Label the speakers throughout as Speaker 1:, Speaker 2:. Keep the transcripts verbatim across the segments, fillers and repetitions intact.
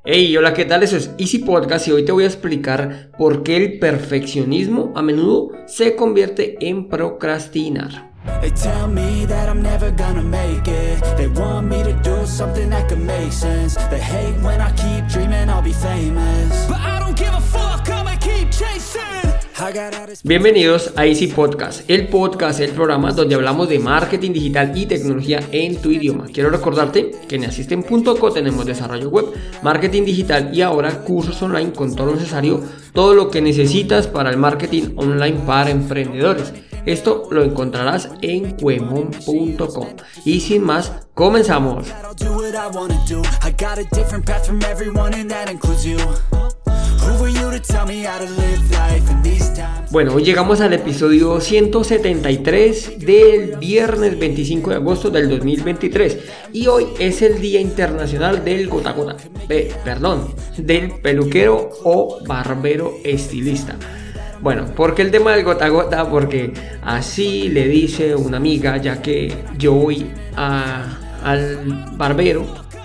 Speaker 1: Hey, hola, ¿qué tal? Eso es Easy Podcast y hoy te voy a explicar por qué el perfeccionismo a menudo se convierte en procrastinar.
Speaker 2: They tell me that I'm never gonna make it. They want me to do something that could make sense. They hate when I keep dreaming I'll be famous. But I don't give a fuck, I'ma keep chasing.
Speaker 1: Bienvenidos a Easy Podcast, el podcast, el programa donde hablamos de marketing digital y tecnología en tu idioma. Quiero recordarte que en asisten punto co tenemos desarrollo web, marketing digital y ahora cursos online con todo lo necesario, todo lo que necesitas para el marketing online para emprendedores. Esto lo encontrarás en cuemon punto com. Y sin más, comenzamos. Bueno, hoy llegamos al episodio ciento setenta y tres del viernes veinticinco de agosto del dos mil veintitrés y hoy es el Día Internacional del Gota Gota, eh, perdón, del peluquero o barbero estilista. Bueno, ¿por qué el tema del gota gota? Porque así le dice una amiga, ya que yo voy a, al barbero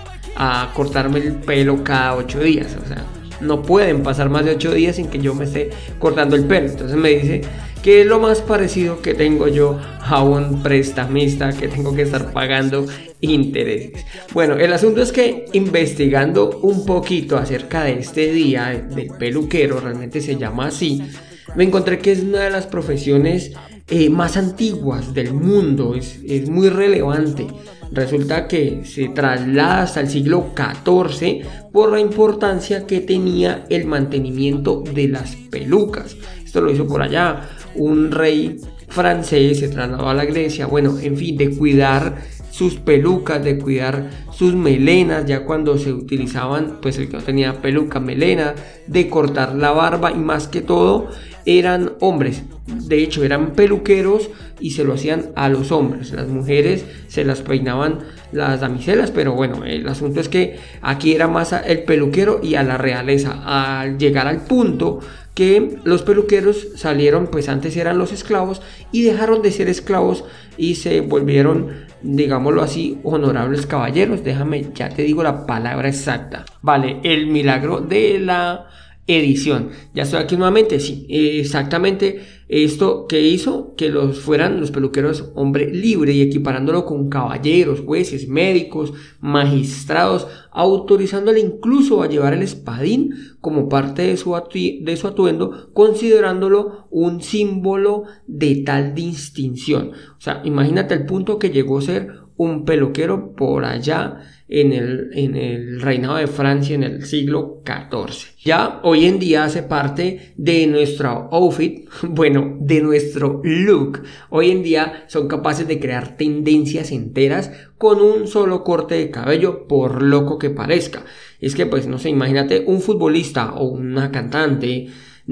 Speaker 1: a cortarme el pelo cada ocho días, o sea, no pueden pasar más de ocho días sin que yo me esté cortando el pelo. Entonces me dice que es lo más parecido que tengo yo a un prestamista que tengo que estar pagando intereses. Bueno, el asunto es que investigando un poquito acerca de este día del peluquero, realmente se llama así, me encontré que es una de las profesiones eh, más antiguas del mundo, es, es muy relevante. Resulta que se traslada hasta el siglo catorce por la importancia que tenía el mantenimiento de las pelucas. Esto lo hizo por allá un rey francés, se trasladó a la Grecia, bueno, en fin, de cuidar sus pelucas, de cuidar sus melenas, ya cuando se utilizaban, pues el que no tenía peluca, melena, de cortar la barba y más que todo eran hombres. De hecho eran peluqueros y se lo hacían a los hombres. Las mujeres se las peinaban las damiselas, pero bueno, el asunto es que aquí era más el peluquero y a la realeza, al llegar al punto que los peluqueros salieron, pues antes eran los esclavos y dejaron de ser esclavos y se volvieron, digámoslo así, honorables caballeros. Déjame, ya te digo la palabra exacta. Vale, el milagro de la edición. Ya estoy aquí nuevamente, sí, exactamente esto que hizo que los fueran los peluqueros hombre libre y equiparándolo con caballeros, jueces, médicos, magistrados, autorizándole incluso a llevar el espadín como parte de su, atu- de su atuendo, considerándolo un símbolo de tal distinción. O sea, imagínate el punto que llegó a ser un peluquero por allá en el, en el reinado de Francia en el siglo catorce. Ya hoy en día hace parte de nuestro outfit, bueno, de nuestro look. Hoy en día son capaces de crear tendencias enteras con un solo corte de cabello, por loco que parezca. Es que pues no sé, imagínate un futbolista o una cantante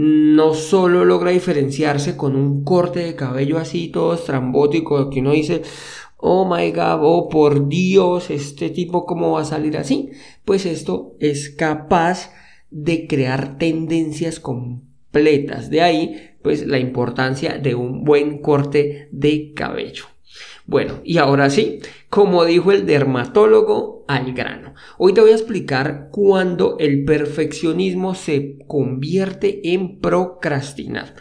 Speaker 1: no solo logra diferenciarse con un corte de cabello así todo estrambótico que uno dice: oh my god, oh por Dios, este tipo cómo va a salir así. Pues esto es capaz de crear tendencias completas. De ahí pues la importancia de un buen corte de cabello. Bueno, y ahora sí, como dijo el dermatólogo, al grano. Hoy te voy a explicar cuándo el perfeccionismo se convierte en procrastinar.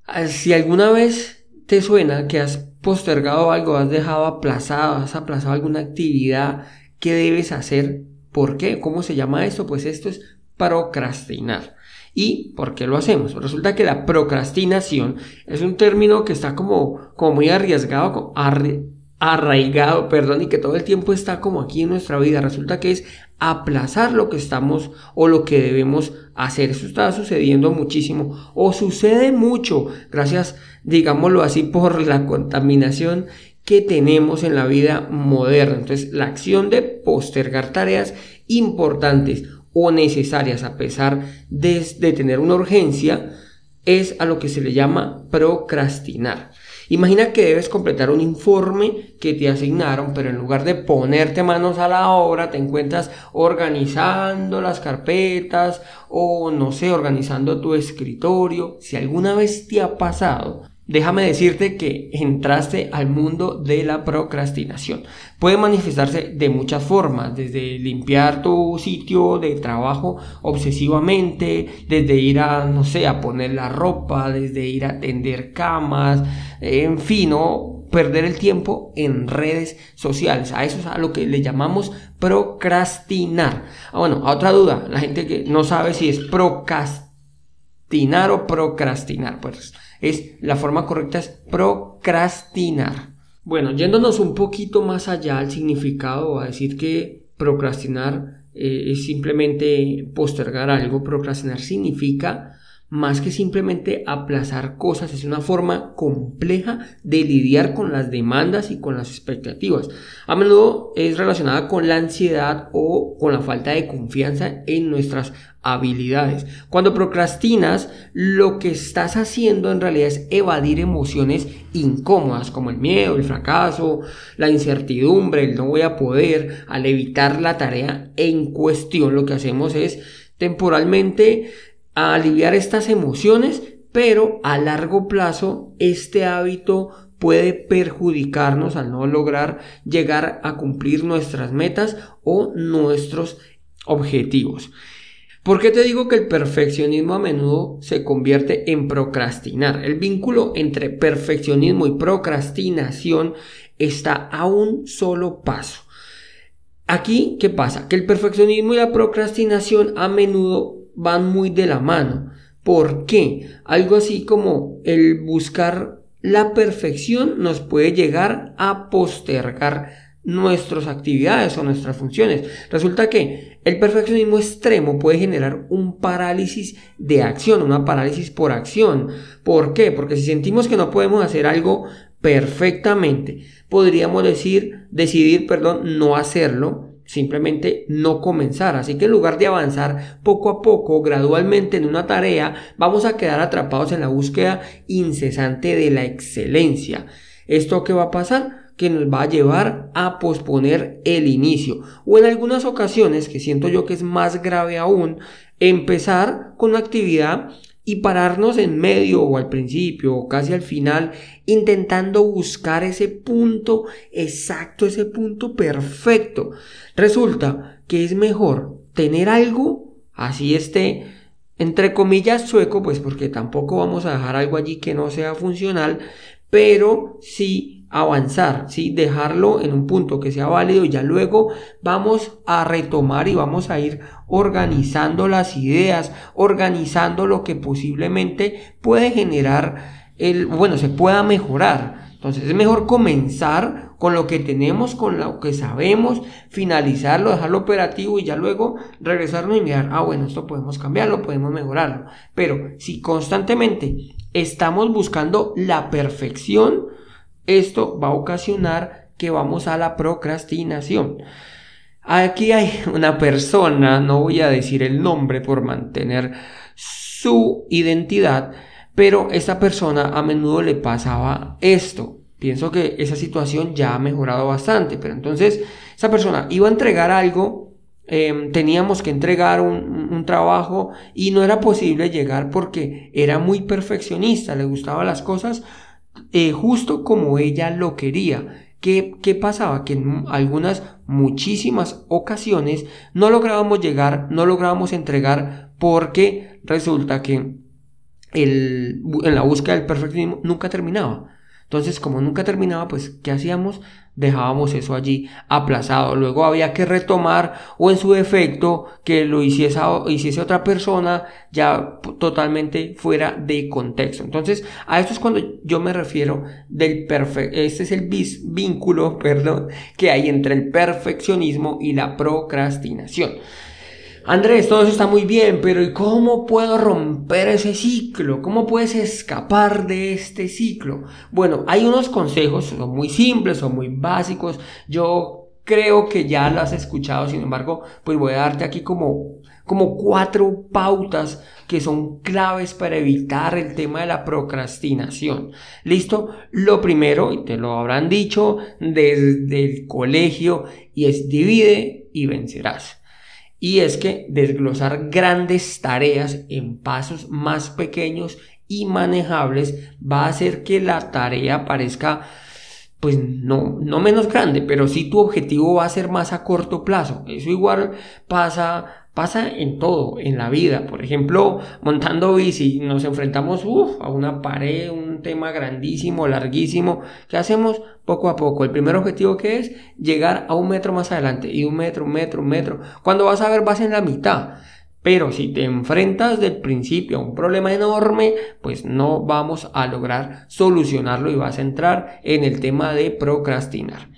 Speaker 1: Si alguna vez te suena que has postergado algo, has dejado aplazado, has aplazado alguna actividad que debes hacer, ¿por qué? ¿Cómo se llama esto? Pues esto es procrastinar. ¿Y por qué lo hacemos? Resulta que la procrastinación es un término que está como, como muy arriesgado, arri, arraigado, perdón, y que todo el tiempo está como aquí en nuestra vida. Resulta que es aplazar lo que estamos o lo que debemos hacer. Eso está sucediendo muchísimo o sucede mucho, gracias, digámoslo así, por la contaminación que tenemos en la vida moderna. Entonces, la acción de postergar tareas importantes o necesarias a pesar de, de tener una urgencia es a lo que se le llama procrastinar. Imagina que debes completar un informe que te asignaron, pero en lugar de ponerte manos a la obra, te encuentras organizando las carpetas o, no sé, organizando tu escritorio. Si alguna vez te ha pasado déjame decirte que entraste al mundo de la procrastinación. Puede manifestarse de muchas formas, desde limpiar tu sitio de trabajo obsesivamente, desde ir a, no sé, a poner la ropa, desde ir a tender camas, en fin, ¿no? Perder el tiempo en redes sociales. A eso es a lo que le llamamos procrastinar. Ah, bueno, a otra duda, la gente que no sabe si es procrastinar o procrastinar, pues es la forma correcta es procrastinar. Bueno, yéndonos un poquito más allá al significado, a decir que procrastinar eh, es simplemente postergar algo. Procrastinar significa más que simplemente aplazar cosas, es una forma compleja de lidiar con las demandas y con las expectativas. A menudo es relacionada con la ansiedad o con la falta de confianza en nuestras habilidades. Cuando procrastinas, lo que estás haciendo en realidad es evadir emociones incómodas como el miedo, el fracaso, la incertidumbre, el no voy a poder. Al evitar la tarea en cuestión, lo que hacemos es temporalmente a aliviar estas emociones, pero a largo plazo este hábito puede perjudicarnos al no lograr llegar a cumplir nuestras metas o nuestros objetivos. ¿Por qué te digo que el perfeccionismo a menudo se convierte en procrastinar? El vínculo entre perfeccionismo y procrastinación está a un solo paso. Aquí, ¿qué pasa? Que el perfeccionismo y la procrastinación a menudo van muy de la mano. ¿Por qué? Algo así como el buscar la perfección nos puede llegar a postergar nuestras actividades o nuestras funciones. Resulta que el perfeccionismo extremo puede generar un parálisis de acción, una parálisis por acción. ¿Por qué? Porque si sentimos que no podemos hacer algo perfectamente, podríamos decir, decidir, perdón, no hacerlo, simplemente no comenzar. Así que en lugar de avanzar poco a poco, gradualmente en una tarea, vamos a quedar atrapados en la búsqueda incesante de la excelencia. ¿Esto qué va a pasar? Que nos va a llevar a posponer el inicio. O en algunas ocasiones, que siento yo que es más grave aún, empezar con una actividad y pararnos en medio o al principio o casi al final intentando buscar ese punto exacto, ese punto perfecto. Resulta que es mejor tener algo, así esté entre comillas sueco, pues porque tampoco vamos a dejar algo allí que no sea funcional, pero sí avanzar, sí dejarlo en un punto que sea válido y ya luego vamos a retomar y vamos a ir organizando las ideas, organizando lo que posiblemente puede generar el, bueno, se pueda mejorar. Entonces es mejor comenzar con lo que tenemos, con lo que sabemos, finalizarlo, dejarlo operativo y ya luego regresarnos y mirar, ah bueno, esto podemos cambiarlo, podemos mejorarlo. Pero si constantemente estamos buscando la perfección, esto va a ocasionar que vamos a la procrastinación. Aquí hay una persona, no voy a decir el nombre por mantener su identidad, pero esta persona a menudo le pasaba esto. Pienso que esa situación ya ha mejorado bastante, pero entonces esa persona iba a entregar algo, eh, teníamos que entregar un, un trabajo y no era posible llegar porque era muy perfeccionista, le gustaban las cosas eh, justo como ella lo quería. ¿Qué, qué pasaba? Que en algunas, muchísimas ocasiones no lográbamos llegar, no lográbamos entregar porque resulta que el, en la búsqueda del perfeccionismo nunca terminaba. Entonces, como nunca terminaba, pues, ¿qué hacíamos? Dejábamos eso allí aplazado. Luego había que retomar, o en su defecto, que lo hiciese, hiciese otra persona, ya totalmente fuera de contexto. Entonces, a esto es cuando yo me refiero del perfecto. Este es el bis, vínculo, perdón, que hay entre el perfeccionismo y la procrastinación. Andrés, todo eso está muy bien, pero ¿y cómo puedo romper ese ciclo? ¿Cómo puedes escapar de este ciclo? Bueno, hay unos consejos, son muy simples, son muy básicos. Yo creo que ya lo has escuchado, sin embargo, pues voy a darte aquí como, como cuatro pautas que son claves para evitar el tema de la procrastinación. ¿Listo? Lo primero, y te lo habrán dicho desde el colegio, y es divide y vencerás. Y es que desglosar grandes tareas en pasos más pequeños y manejables va a hacer que la tarea parezca pues no, no menos grande, pero sí tu objetivo va a ser más a corto plazo. Eso igual pasa... Pasa en todo, en la vida. Por ejemplo, montando bici, nos enfrentamos uf, a una pared, un tema grandísimo, larguísimo. ¿Qué hacemos? Poco a poco. El primer objetivo que es llegar a un metro más adelante. Y un metro, un metro, un metro. Cuando vas a ver, vas en la mitad. Pero si te enfrentas del principio a un problema enorme, pues no vamos a lograr solucionarlo y vas a entrar en el tema de procrastinar.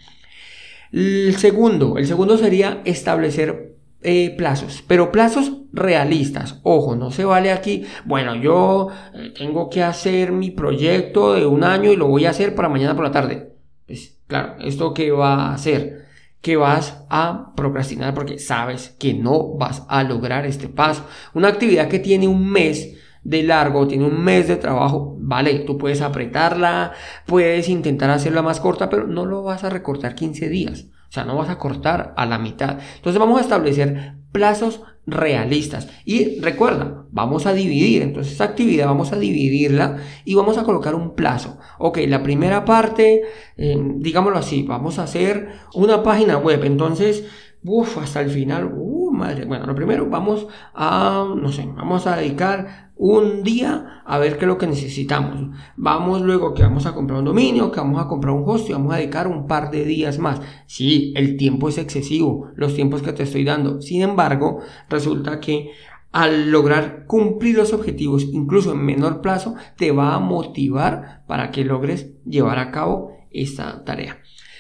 Speaker 1: El segundo, el segundo sería establecer Eh, plazos, pero plazos realistas. Ojo, no se vale aquí, bueno, yo eh, tengo que hacer mi proyecto de un año y lo voy a hacer para mañana por la tarde. Pues claro, ¿esto qué va a hacer? Que vas a procrastinar porque sabes que no vas a lograr este paso. Una actividad que tiene un mes de largo, tiene un mes de trabajo, vale, tú puedes apretarla, puedes intentar hacerla más corta, pero no lo vas a recortar quince días. O sea, no vas a cortar a la mitad. Entonces vamos a establecer plazos realistas. Y recuerda, vamos a dividir. Entonces esta actividad vamos a dividirla y vamos a colocar un plazo. Ok, la primera parte, eh, digámoslo así, vamos a hacer una página web. Entonces, uff, hasta el final, uh, madre. Bueno, lo primero vamos a, no sé, vamos a dedicar un día a ver qué es lo que necesitamos. Vamos luego que vamos a comprar un dominio, que vamos a comprar un host y vamos a dedicar un par de días más. Sí, el tiempo es excesivo, los tiempos que te estoy dando. Sin embargo, resulta que al lograr cumplir los objetivos, incluso en menor plazo, te va a motivar para que logres llevar a cabo esta tarea.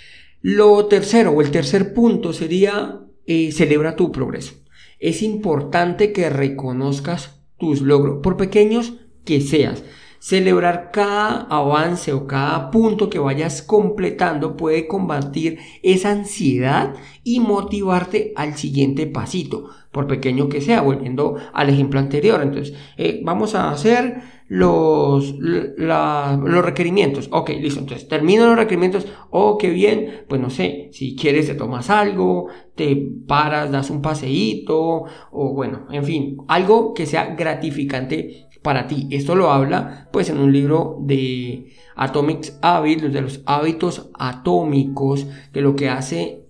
Speaker 1: Lo tercero o el tercer punto sería eh, celebra tu progreso. Es importante que reconozcas tus logros, por pequeños que seas. Celebrar cada avance o cada punto que vayas completando puede combatir esa ansiedad y motivarte al siguiente pasito, por pequeño que sea, volviendo al ejemplo anterior. Entonces, eh, vamos a hacer los, la, los requerimientos. Ok, listo. Entonces, termino los requerimientos. Oh, qué bien. Pues no sé, si quieres te tomas algo, te paras, das un paseíto, o bueno, en fin, algo que sea gratificante para ti. Esto lo habla pues en un libro de Atomic Habits, de los hábitos atómicos, que lo que hace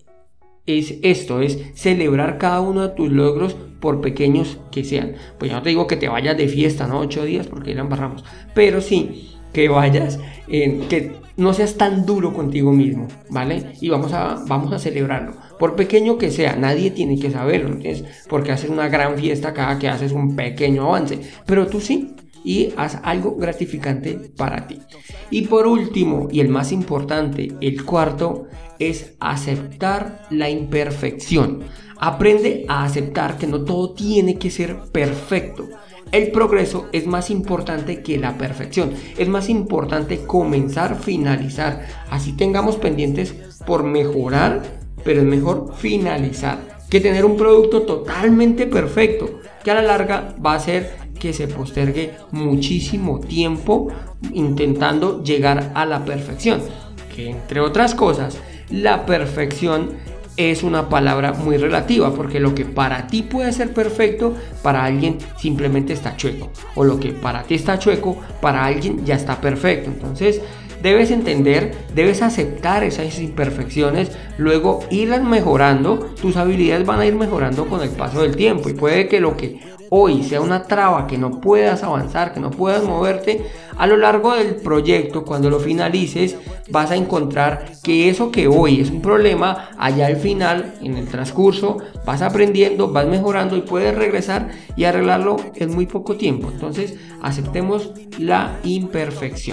Speaker 1: es esto, es celebrar cada uno de tus logros por pequeños que sean. Pues yo no te digo que te vayas de fiesta, ¿no? Ocho días porque ahí la embarramos, pero sí que vayas, eh, que no seas tan duro contigo mismo, ¿vale? Y vamos a, vamos a celebrarlo, por pequeño que sea. Nadie tiene que saberlo, no tienes por qué hacer una gran fiesta cada que haces un pequeño avance, pero tú sí, y haz algo gratificante para ti. Y por último, y el más importante, el cuarto, es aceptar la imperfección. Aprende a aceptar que no todo tiene que ser perfecto. El progreso es más importante que la perfección. Es más importante comenzar, finalizar. Así tengamos pendientes por mejorar, pero es mejor finalizar que tener un producto totalmente perfecto, que a la larga va a hacer que se postergue muchísimo tiempo intentando llegar a la perfección. Que entre otras cosas, la perfección es una palabra muy relativa, porque lo que para ti puede ser perfecto, para alguien simplemente está chueco, o lo que para ti está chueco, para alguien ya está perfecto. Entonces debes entender, debes aceptar esas imperfecciones, luego irlas mejorando. Tus habilidades van a ir mejorando con el paso del tiempo, y puede que lo que hoy sea una traba, que no puedas avanzar, que no puedas moverte, a lo largo del proyecto, cuando lo finalices, vas a encontrar que eso que hoy es un problema, allá al final, en el transcurso, vas aprendiendo, vas mejorando y puedes regresar y arreglarlo en muy poco tiempo. Entonces, aceptemos la imperfección.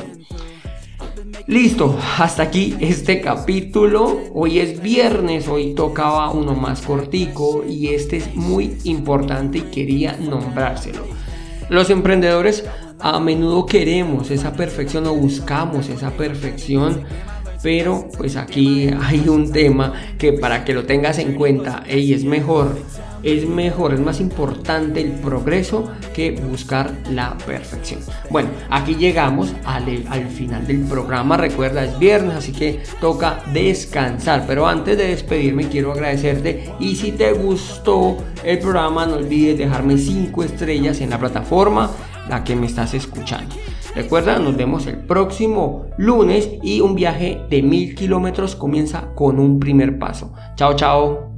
Speaker 1: Listo, hasta aquí este capítulo. Hoy es viernes, hoy tocaba uno más cortico y este es muy importante y quería nombrárselo. Los emprendedores a menudo queremos esa perfección o buscamos esa perfección, pero pues aquí hay un tema que para que lo tengas en cuenta, ey, es mejor, es mejor, es más importante el progreso que buscar la perfección. Bueno, aquí llegamos al, al final del programa. Recuerda, es viernes, así que toca descansar, pero antes de despedirme quiero agradecerte, y si te gustó el programa no olvides dejarme cinco estrellas en la plataforma la que me estás escuchando. Recuerda, nos vemos el próximo lunes y un viaje de mil kilómetros comienza con un primer paso. Chao, chao.